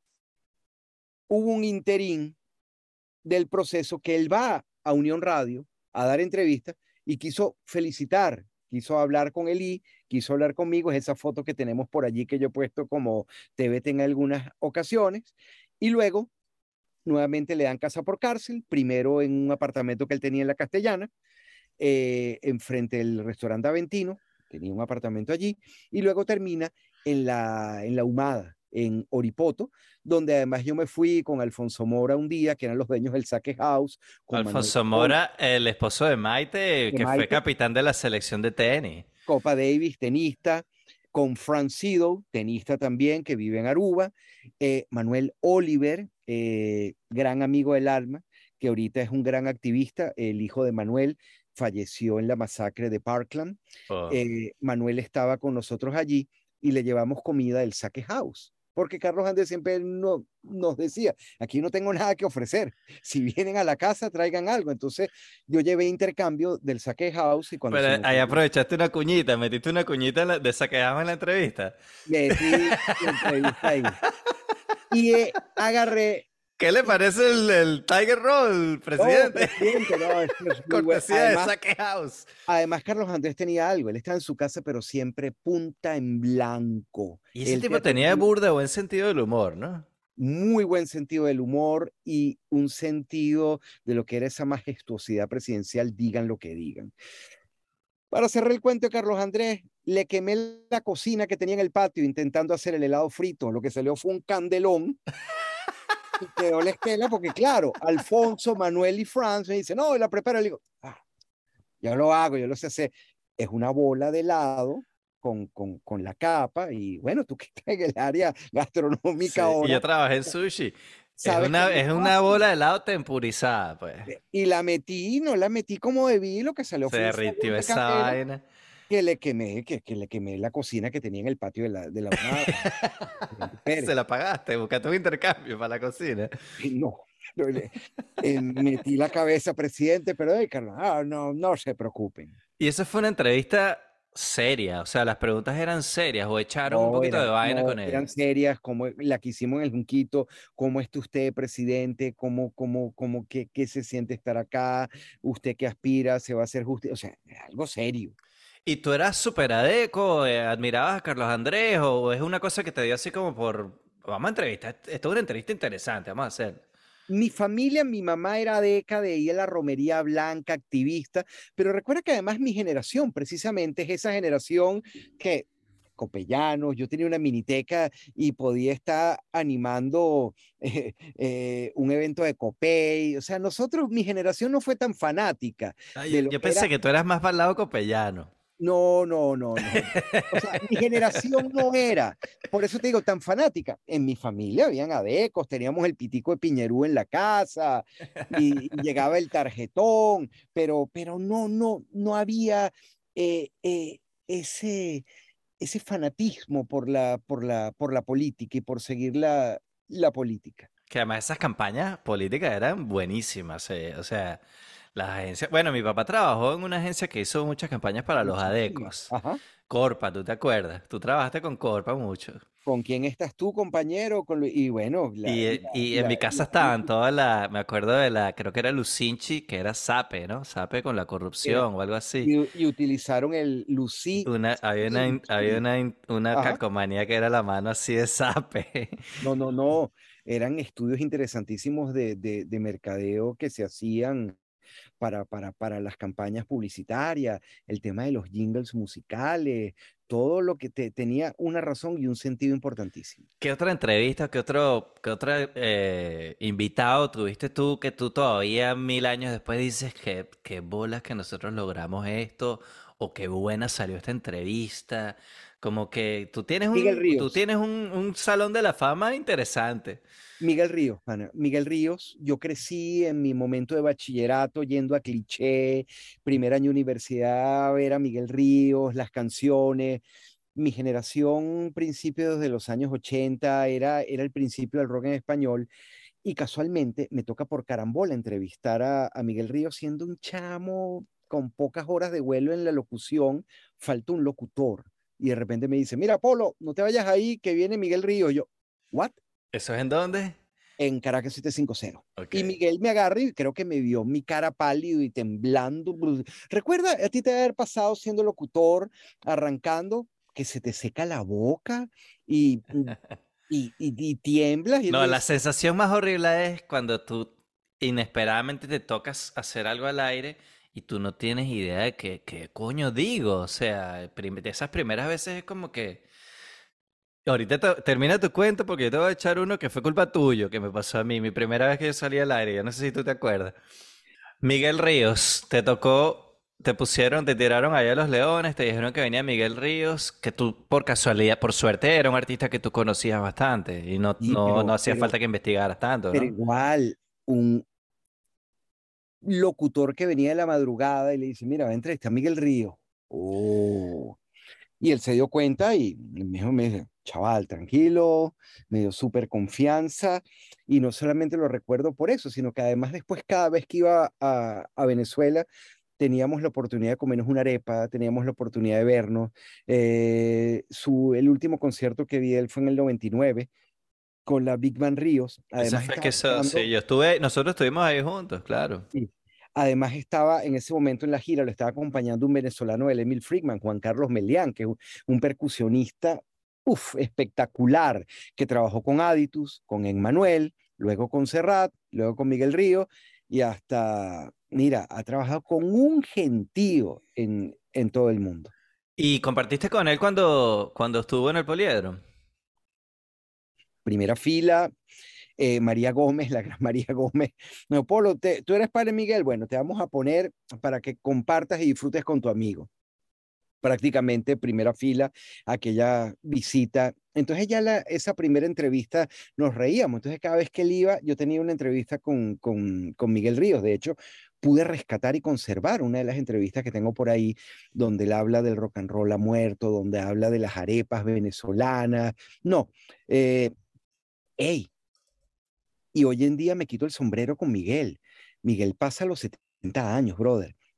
hubo un interín del proceso que él va a Unión Radio a dar entrevistas y quiso felicitar, quiso hablar con Eli, quiso hablar conmigo, es esa foto que tenemos por allí que yo he puesto como TVT en algunas ocasiones, y luego nuevamente le dan casa por cárcel, primero en un apartamento que él tenía en la Castellana, enfrente del restaurante Aventino, tenía un apartamento allí, y luego termina en la Humada, en Oripoto, donde además yo me fui con Alfonso Mora un día, que eran los dueños del Saque House, con Manuel Alfonso Paul, Mora, el esposo de Maite, de que fue Maite, capitán de la selección de tenis. Copa Davis, tenista, con Frank Sido, tenista también, que vive en Aruba, Manuel Oliver, gran amigo del alma, que ahorita es un gran activista, el hijo de Manuel falleció en la masacre de Parkland. Oh. Manuel estaba con nosotros allí y le llevamos comida del Saque House. Porque Carlos Andrés siempre nos decía, aquí no tengo nada que ofrecer. Si vienen a la casa, traigan algo. Entonces yo llevé intercambio del Saque House y cuando se Pero nos ahí aprovechaste una cuñita, metiste una cuñita de esa que dejamos en la entrevista. metí la entrevista ahí. Y agarré, ¿Qué le parece el Tiger Roll, oh, presidente? presidente, no, esto es muy bueno. Cortesía de Saque House. Además, Carlos Andrés tenía algo, él estaba en su casa, pero siempre punta en blanco. Y ese Él te tipo tenía atendía burda buen sentido del humor, ¿no? muy buen sentido del humor y un sentido de lo que era esa majestuosidad presidencial, digan lo que digan. Para cerrar el cuento de Carlos Andrés, le quemé la cocina que tenía en el patio intentando hacer el helado frito. Lo que salió fue un candelón y quedó la estela porque, claro, Alfonso, Manuel y Franz me dicen, no, la preparo. Le digo, yo lo hago, yo lo sé hacer. Es una bola de helado con la capa y bueno, tú que estás en el área gastronómica Sí, y yo ahora, trabajé en sushi. Es sabes que una, es muy es una fácil. bola de helado tempurizada, pues. Y la metí, no la metí como debí, lo que salió Se fue un fogón derritió de esa candela vaina. que le quemé la cocina que tenía en el patio de la Humada. Se Pérez. la pagaste, buscaste un intercambio para la cocina. Y no, metí la cabeza, presidente, pero Carlos, no, no se preocupen. Y eso fue una entrevista seria, o sea, las preguntas eran serias o echaron un No, poquito de vaina no, con eran él. serias, como la que hicimos en el Junquito, cómo está usted, presidente, qué se siente estar acá, usted qué aspira, se va a hacer justicia, o sea, algo serio. ¿Y tú eras súper adeco, admirabas a Carlos Andrés o es una cosa que te dio así como por, vamos a entrevistar, esto es una entrevista interesante, vamos a hacer? Mi familia, mi mamá era deca de ir a la romería blanca, activista, pero recuerda que además mi generación precisamente es esa generación que copellanos, yo tenía una miniteca y podía estar animando un evento de Copey, o sea, nosotros, mi generación no fue tan fanática Ay, de lo yo que era. pensé que tú eras más para el lado copellano. No, no, no, no. O sea, mi generación no era, por eso te digo, tan fanática. En mi familia habían adecos, teníamos el pitico de Piñerú en la casa y llegaba el tarjetón, pero no había eh, eh, ese, ese fanatismo por la política y por seguir la política. Que además esas campañas políticas eran buenísimas, o sea, las agencias, bueno, mi papá trabajó en una agencia que hizo muchas campañas para los Muchísimo. adecos. Ajá. Corpa, ¿tú te acuerdas? Tú trabajaste con Corpa mucho. ¿Con quién estás tú, compañero? Y bueno, Y en mi casa estaban todas las, me acuerdo de la, creo que era Lucinchi, que era Sape, ¿no? Sape con la era- corrupción o algo así. y utilizaron el Lucy. Una Ajá. calcomanía que era la mano así de Sape. No, no, no. Eran estudios interesantísimos de mercadeo que se hacían para las campañas publicitarias, el tema de los jingles musicales, todo lo que tenía una razón y un sentido importantísimo. ¿Qué otra entrevista, qué otro invitado tuviste tú que tú todavía 1000 años después dices que qué bolas que nosotros logramos esto o qué buena salió esta entrevista? Como que Miguel tú Ríos. tienes un salón de la fama interesante. Miguel Ríos, Ana. Miguel Ríos, yo crecí en mi momento de bachillerato yendo a Cliché, primer año de universidad, a ver a Miguel Ríos, las canciones. Mi generación, principios de los años 80, era el principio del rock en español y casualmente me toca por carambola entrevistar a Miguel Ríos siendo un chamo con pocas horas de vuelo en la locución, falta un locutor. Y de repente me dice, mira, Polo, no te vayas ahí, que viene Miguel Ríos. Y yo, ¿what? ¿Eso es en dónde? En Caracas 750. Ok. Y Miguel me agarra y creo que me vio mi cara pálido y temblando. Recuerda, a ti te debe haber pasado siendo locutor, arrancando, que se te seca la boca y, y tiemblas y uno No, la dice, sensación más horrible es cuando tú inesperadamente te tocas hacer algo al aire y tú no tienes idea de qué coño digo. O sea, de esas primeras veces es como que... Ahorita termina tu cuento porque yo te voy a echar uno que fue culpa tuyo, que me pasó a mí, mi primera vez que yo salí al aire, yo no sé si tú te acuerdas. Miguel Ríos, te tocó, te pusieron, te tiraron allá a los Leones, te dijeron que venía Miguel Ríos, que tú por casualidad, por suerte era un artista que tú conocías bastante y sí, no hacía falta que investigaras tanto, pero ¿no? igual, un locutor que venía de la madrugada y le dice, mira, va a entrevistar a Miguel Río. Oh. Y él se dio cuenta y me dijo, chaval, tranquilo, me dio súper confianza. Y no solamente lo recuerdo por eso, sino que además después cada vez que iba a Venezuela, teníamos la oportunidad de comernos una arepa, teníamos la oportunidad de vernos. El último concierto que vi de él fue en el 99 con la Big Band Ríos. Esa Además fue que estaba eso, sí, tocando. nosotros estuvimos ahí juntos, claro. Sí. Además estaba en ese momento en la gira, lo estaba acompañando un venezolano, el Emil Friedman, Juan Carlos Melián, que es un percusionista, espectacular, que trabajó con Aditus, con Emmanuel, luego con Serrat, luego con Miguel Río, y hasta, mira, ha trabajado con un gentío en todo el mundo. ¿Y compartiste con él cuando estuvo en el Poliedro? Primera fila, María Gómez, la gran María Gómez. No, Polo, tú eres padre Miguel, bueno, te vamos a poner para que compartas y disfrutes con tu amigo. Prácticamente primera fila, aquella visita. Entonces ya esa primera entrevista nos reíamos. Entonces cada vez que él iba, yo tenía una entrevista con Miguel Ríos. De hecho, pude rescatar y conservar una de las entrevistas que tengo por ahí, donde él habla del rock and roll ha muerto, donde habla de las arepas venezolanas. No, eh, hey, y hoy en día me quito el sombrero con Miguel. Miguel pasa los 70 años, brother.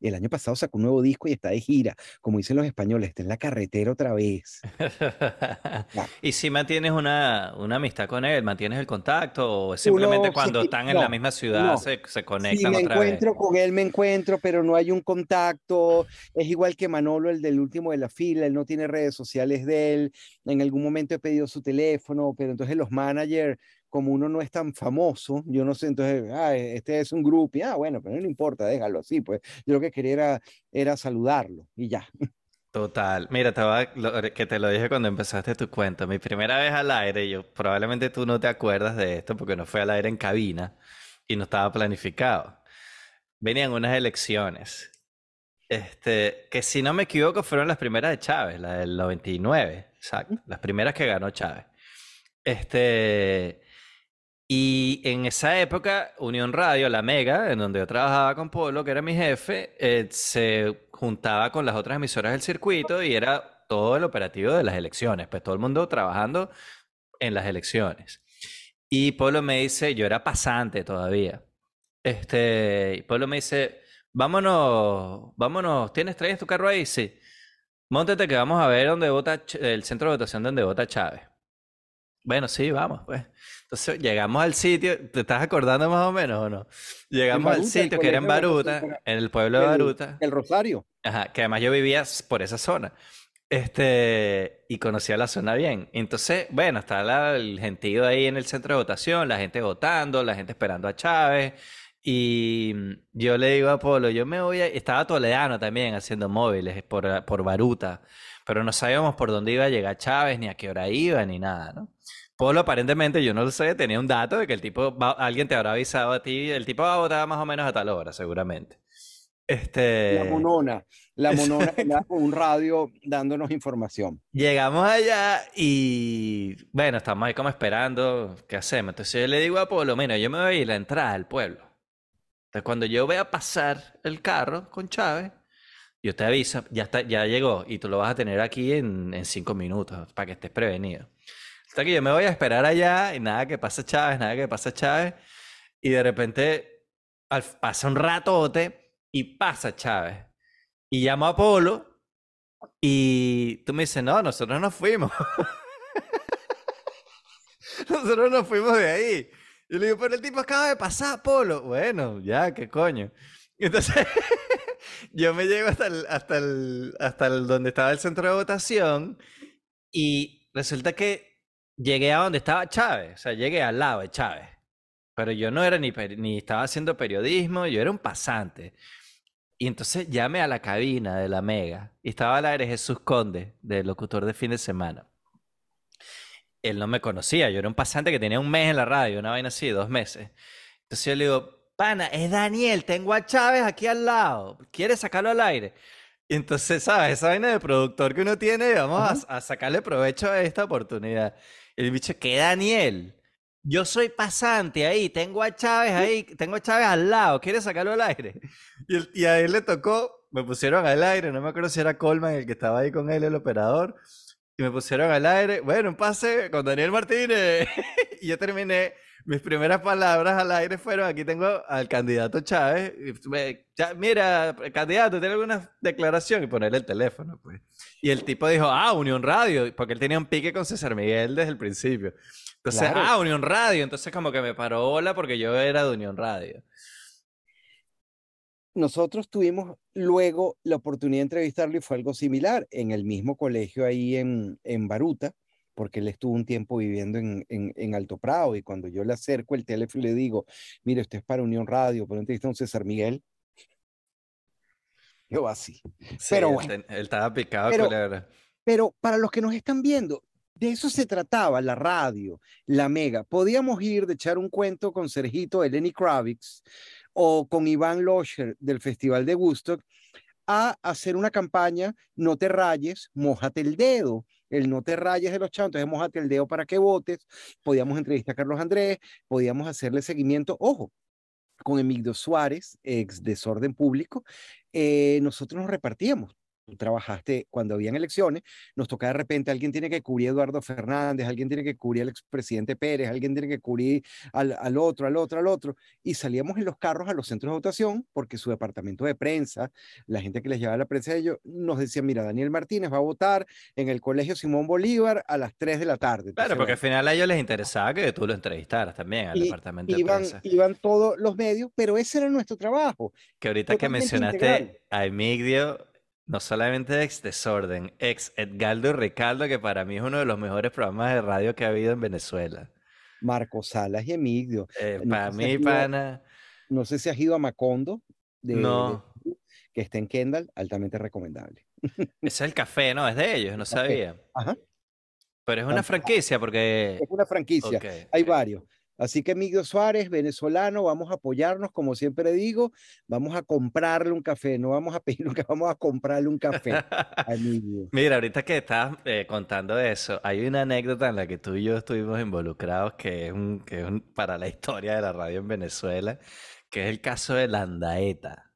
El año pasado sacó un nuevo disco y está de gira, como dicen los españoles, está en la carretera otra vez. Ya. ¿Y si mantienes una amistad con él? ¿Mantienes el contacto? ¿O es simplemente Uno, sí, cuando están en la no, misma ciudad no. se Si conectan me otra vez? encuentro con él, me encuentro, pero no hay un contacto. Es igual que Manolo, el del último de la fila, él no tiene redes sociales de él. En algún momento he pedido su teléfono, pero entonces los managers, como uno no es tan famoso, yo no sé, entonces, este es un grupo, y bueno, pero no importa, déjalo así, pues yo lo que quería era saludarlo y ya. Total. Mira, que te lo dije cuando empezaste tu cuento. Mi primera vez al aire, yo probablemente tú no te acuerdas de esto porque no fue al aire en cabina y no estaba planificado. Venían unas elecciones. Que si no me equivoco fueron las primeras de Chávez, la del 99, exacto, las primeras que ganó Chávez. Este, y en esa época, Unión Radio, la Mega, en donde yo trabajaba con Polo, que era mi jefe, se juntaba con las otras emisoras del circuito y era todo el operativo de las elecciones, pues todo el mundo trabajando en las elecciones. Y Polo me dice, yo era pasante todavía. Y Polo me dice, vámonos, vámonos, ¿traes tu carro ahí? Sí. Móntate que vamos a ver dónde vota, el centro de votación donde vota Chávez. Bueno, sí, vamos, pues. Entonces llegamos al sitio, ¿te estás acordando más o menos o no? En Llegamos al Baruta, el sitio que era en colegio Baruta, en el pueblo de Baruta, el Rosario. ajá, que además yo vivía por esa zona. Y conocía la zona bien. Entonces, bueno, está el gentío ahí en el centro de votación, la gente votando, la gente esperando a Chávez. Y yo le digo a Polo, yo me voy a... Estaba Toledano también haciendo móviles por Baruta, pero no sabíamos por dónde iba a llegar Chávez, ni a qué hora iba, ni nada, ¿no? Polo aparentemente, yo no lo sé, tenía un dato de que alguien te habrá avisado a ti, el tipo va a votar más o menos a tal hora, seguramente. La Este... monona, la monona que andaba con un radio dándonos información. Llegamos allá y bueno, estamos ahí como esperando, ¿qué hacemos? Entonces yo le digo a Polo, mira, yo me voy a ir a la entrada del pueblo. Entonces cuando yo vea pasar el carro con Chávez, yo te aviso, ya está, ya llegó y tú lo vas a tener aquí en 5 minutos para que estés prevenido. Hasta que yo me voy a esperar allá y nada que pasa Chávez, nada que pasa Chávez y de repente pasa un ratote y pasa Chávez. Y llamo a Polo y tú me dices, no, nosotros nos fuimos. Nosotros nos fuimos de ahí. Y le digo, pero el tipo acaba de pasar, Polo. Bueno, ya, qué coño. Entonces, yo me llego hasta el donde estaba el centro de votación y resulta que llegué a donde estaba Chávez. O sea, llegué al lado de Chávez. Pero yo no era ni estaba haciendo periodismo, yo era un pasante. Y entonces llamé a la cabina de la Mega y estaba al aire Jesús Conde, del locutor de fin de semana. Él no me conocía, yo era un pasante que tenía un mes en la radio, una vaina así, 2 meses. Entonces yo le digo, pana, es Daniel, tengo a Chávez aquí al lado, ¿quieres sacarlo al aire? Y entonces, ¿sabes? Esa vaina de productor que uno tiene, Ajá. vamos a sacarle provecho a esta oportunidad. Y el bicho, ¿qué Daniel? Yo soy pasante ahí, tengo a Chávez ahí, tengo a Chávez al lado, ¿quieres sacarlo al aire? Y a él le tocó, me pusieron al aire, no me acuerdo si era Coleman el que estaba ahí con él, el operador. Y me pusieron al aire, bueno, un pase con Daniel Martínez. Y yo terminé, mis primeras palabras al aire fueron, aquí tengo al candidato Chávez. Mira, candidato, ¿tiene alguna declaración? Y ponerle el teléfono, pues. Y el tipo dijo, Unión Radio, porque él tenía un pique con César Miguel desde el principio. Entonces, Claro, Unión Radio. Entonces como que me paró bola porque yo era de Unión Radio. nosotros tuvimos luego la oportunidad de entrevistarlo y fue algo similar en el mismo colegio ahí en Baruta, porque él estuvo un tiempo viviendo en Alto Prado y cuando yo le acerco el teléfono y le digo, mire, usted es para Unión Radio, para entrevistar a un César Miguel, yo así. Sí, Pero él, bueno, él estaba picado, pero, culebra. pero para los que nos están viendo, de eso se trataba la radio, la Mega. Podíamos ir de echar un cuento con Sergito, de Lenny Kravitz, o con Iván Locher del Festival de Woodstock, a hacer una campaña, no te rayes, mójate el dedo. El no te rayes de los chavos, entonces mójate el dedo para que votes. Podíamos entrevistar a Carlos Andrés, podíamos hacerle seguimiento. Ojo, con Emilio Suárez, ex Desorden Público, nosotros nos repartíamos. tú trabajaste cuando habían elecciones, nos tocaba de repente, alguien tiene que cubrir a Eduardo Fernández, alguien tiene que cubrir al expresidente Pérez, alguien tiene que cubrir al otro, al otro, al otro, y salíamos en los carros a los centros de votación porque su departamento de prensa, la gente que les llevaba la prensa de ellos, nos decía, mira, Daniel Martínez va a votar en el Colegio Simón Bolívar a las 3 de la tarde. Claro, Entonces, porque al bueno, final a ellos les interesaba que tú lo entrevistaras también al y departamento de prensa. iban todos los medios, pero ese era nuestro trabajo, Que ahorita que totalmente integral. mencionaste a Emigdio, no solamente ex Desorden, ex Edgardo y Ricardo, que para mí es uno de los mejores programas de radio que ha habido en Venezuela. Marcos Salas y Emigdio. No Para sé si has mí, ido, pana, no sé si has ido a Macondo, de, no. que está en Kendall, altamente recomendable. Ese es el café, ¿no? Es de ellos, no Café. sabía. Ajá, Pero es una también. franquicia Es porque... una franquicia, Ok, hay ok. varios. Así que Emigdio Suárez, venezolano, vamos a apoyarnos, como siempre digo, vamos a comprarle un café, no vamos a pedir un café, vamos a comprarle un café a Emigdio. Mira, ahorita que estabas contando eso, hay una anécdota en la que tú y yo estuvimos involucrados para la historia de la radio en Venezuela, que es el caso de Landaeta.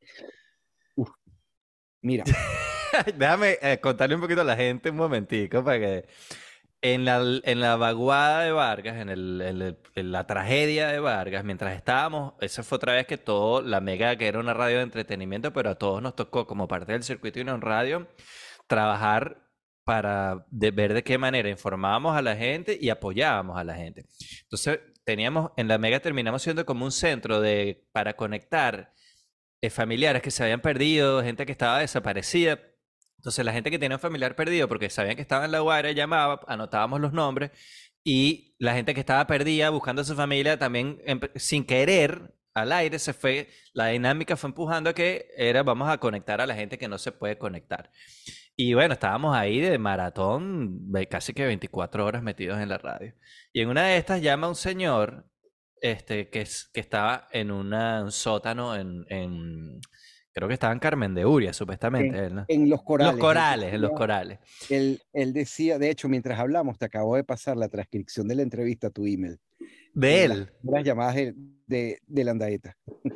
Uf, mira, Déjame contarle un poquito a la gente un momentico para que en la vaguada de Vargas, en la tragedia de Vargas, mientras estábamos, esa fue otra vez que todo, la Mega, que era una radio de entretenimiento, pero a todos nos tocó como parte del circuito y en radio, trabajar para ver de qué manera informábamos a la gente y apoyábamos a la gente. Entonces, en la Mega terminamos siendo como un centro para conectar familiares que se habían perdido, gente que estaba desaparecida. Entonces la gente que tenía un familiar perdido porque sabían que estaba en La Guaira llamaba, anotábamos los nombres y la gente que estaba perdida buscando a su familia también sin querer al aire se fue, la dinámica fue empujando a que era vamos a conectar a la gente que no se puede conectar. Y bueno, estábamos ahí de maratón, casi que 24 horas metidos en la radio. Y en una de estas llama un señor que estaba en un sótano creo que estaba en Carmen de Uria, supuestamente, él, ¿no? en Los Los Corales, Corales, en Los Corales. él decía, de hecho, mientras hablamos, te acabo de pasar la transcripción de la entrevista a tu email, De de las él. primeras llamadas de Landaeta.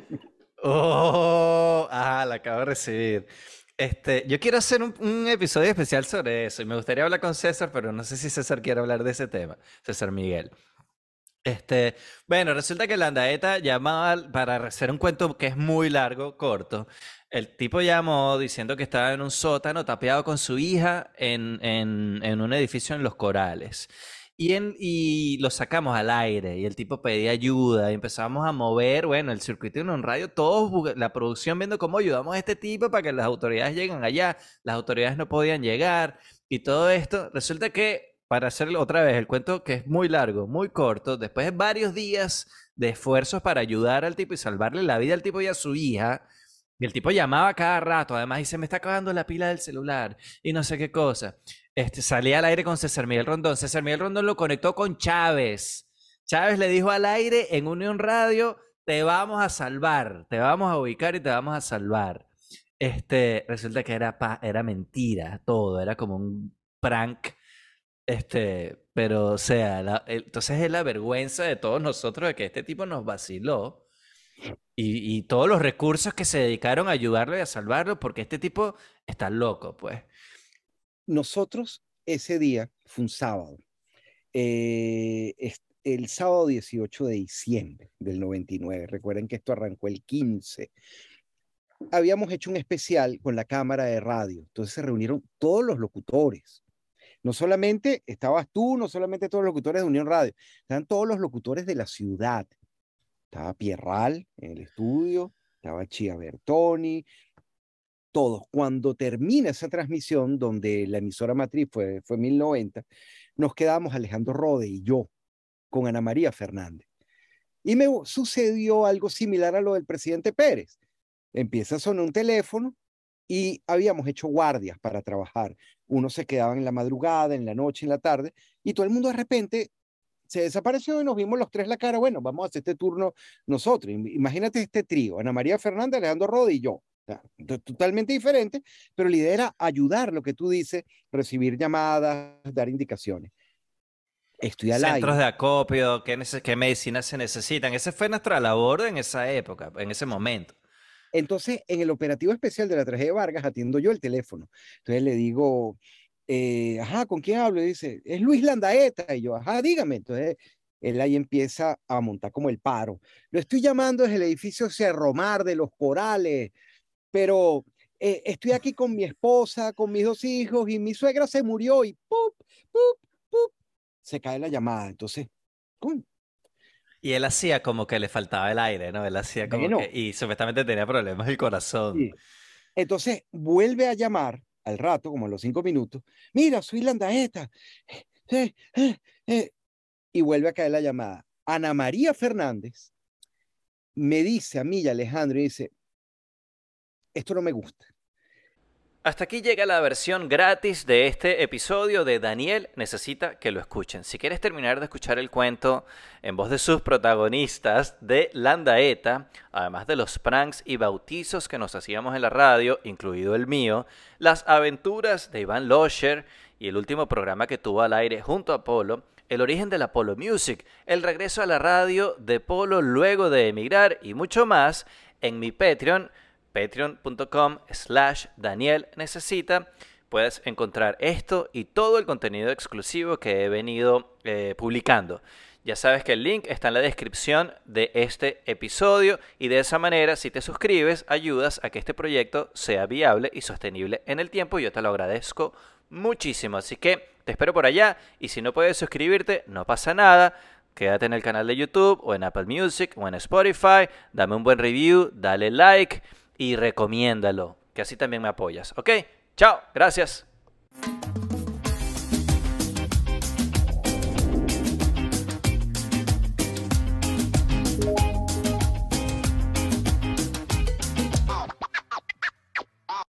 Oh, la acabo de recibir. Yo quiero hacer un episodio especial sobre eso y me gustaría hablar con César, pero no sé si César quiere hablar de ese tema, César Miguel. Este, bueno, resulta que Landaeta llamaba para hacer un cuento que es muy largo, corto. El tipo llamó diciendo que estaba en un sótano tapeado con su hija en un edificio en Los Corales. Y lo sacamos al aire y el tipo pedía ayuda y empezamos a mover, bueno, el circuito en un radio, todos, la producción viendo cómo ayudamos a este tipo para que las autoridades lleguen allá. Las autoridades no podían llegar y todo esto. Resulta que para hacerlo otra vez, el cuento que es muy largo, muy corto, después de varios días de esfuerzos para ayudar al tipo y salvarle la vida al tipo y a su hija, y el tipo llamaba cada rato, además, y se me está acabando la pila del celular, y no sé qué cosa. Salía al aire con César Miguel Rondón. César Miguel Rondón lo conectó con Chávez. Chávez le dijo al aire en Unión Radio, te vamos a salvar, te vamos a ubicar y te vamos a salvar. Resulta que era mentira todo, era como un prank pero, o sea, entonces es la vergüenza de todos nosotros de que este tipo nos vaciló y todos los recursos que se dedicaron a ayudarlo y a salvarlo, porque este tipo está loco, pues. Nosotros ese día fue un sábado, el sábado 18 de diciembre del 99. Recuerden que esto arrancó el 15. Habíamos hecho un especial con la cámara de radio, entonces se reunieron todos los locutores. No solamente estabas tú, no solamente todos los locutores de Unión Radio, estaban todos los locutores de la ciudad. Estaba Pierral en el estudio, estaba Chia Bertoni, todos. Cuando termina esa transmisión, donde la emisora matriz fue 1090, nos quedamos Alejandro Rode y yo con Ana María Fernández. Y me sucedió algo similar a lo del presidente Pérez. Empieza a sonar un teléfono y habíamos hecho guardias para trabajar. Unos se quedaban en la madrugada, en la noche, en la tarde, y todo el mundo de repente se desapareció y nos vimos los tres la cara. Bueno, vamos a hacer este turno nosotros. Imagínate este trío, Ana María Fernández, Alejandro Rodi y yo. O sea, totalmente diferente, pero la idea era ayudar, lo que tú dices, recibir llamadas, dar indicaciones. Estoy al Centros aire. de acopio, qué medicinas se necesitan. Esa fue nuestra labor en esa época, en ese momento. Entonces, en el operativo especial de la tragedia de Vargas, atiendo yo el teléfono. Entonces le digo, ajá, ¿con quién hablo? Y dice, es Luis Landaeta. Y yo, ajá, dígame. Entonces, él ahí empieza a montar como el paro. Lo estoy llamando desde el edificio Cerro Mar de los Corales, pero estoy aquí con mi esposa, con mis dos hijos, y mi suegra se murió y ¡pup, pup, pup! Se cae la llamada. Entonces, ¡pum! Y él hacía como que le faltaba el aire, ¿no? Él hacía como que... Bueno, Y supuestamente tenía problemas del corazón. sí. Entonces vuelve a llamar al rato, como a los 5 minutos. Mira, soy Landaeta. Eh, eh, eh, y vuelve a caer la llamada. Ana María Fernández me dice a mí y a Alejandro, y dice, esto no me gusta. Hasta aquí llega la versión gratis de este episodio de Daniel Necesita que lo escuchen. Si quieres terminar de escuchar el cuento en voz de sus protagonistas de Landaeta, además de los pranks y bautizos que nos hacíamos en la radio, incluido el mío, las aventuras de Iván Losher y el último programa que tuvo al aire junto a Polo, el origen de la Polo Music, el regreso a la radio de Polo luego de emigrar y mucho más, en mi Patreon, patreon.com/Daniel Necesita. Puedes encontrar esto y todo el contenido exclusivo que he venido publicando. Ya sabes que el link está en la descripción de este episodio y de esa manera, si te suscribes, ayudas a que este proyecto sea viable y sostenible en el tiempo. Yo te lo agradezco muchísimo. Así que te espero por allá y si no puedes suscribirte, no pasa nada. Quédate en el canal de YouTube o en Apple Music o en Spotify. Dame un buen review, dale like y recomiéndalo, que así también me apoyas. ¿Ok? Chao, gracias.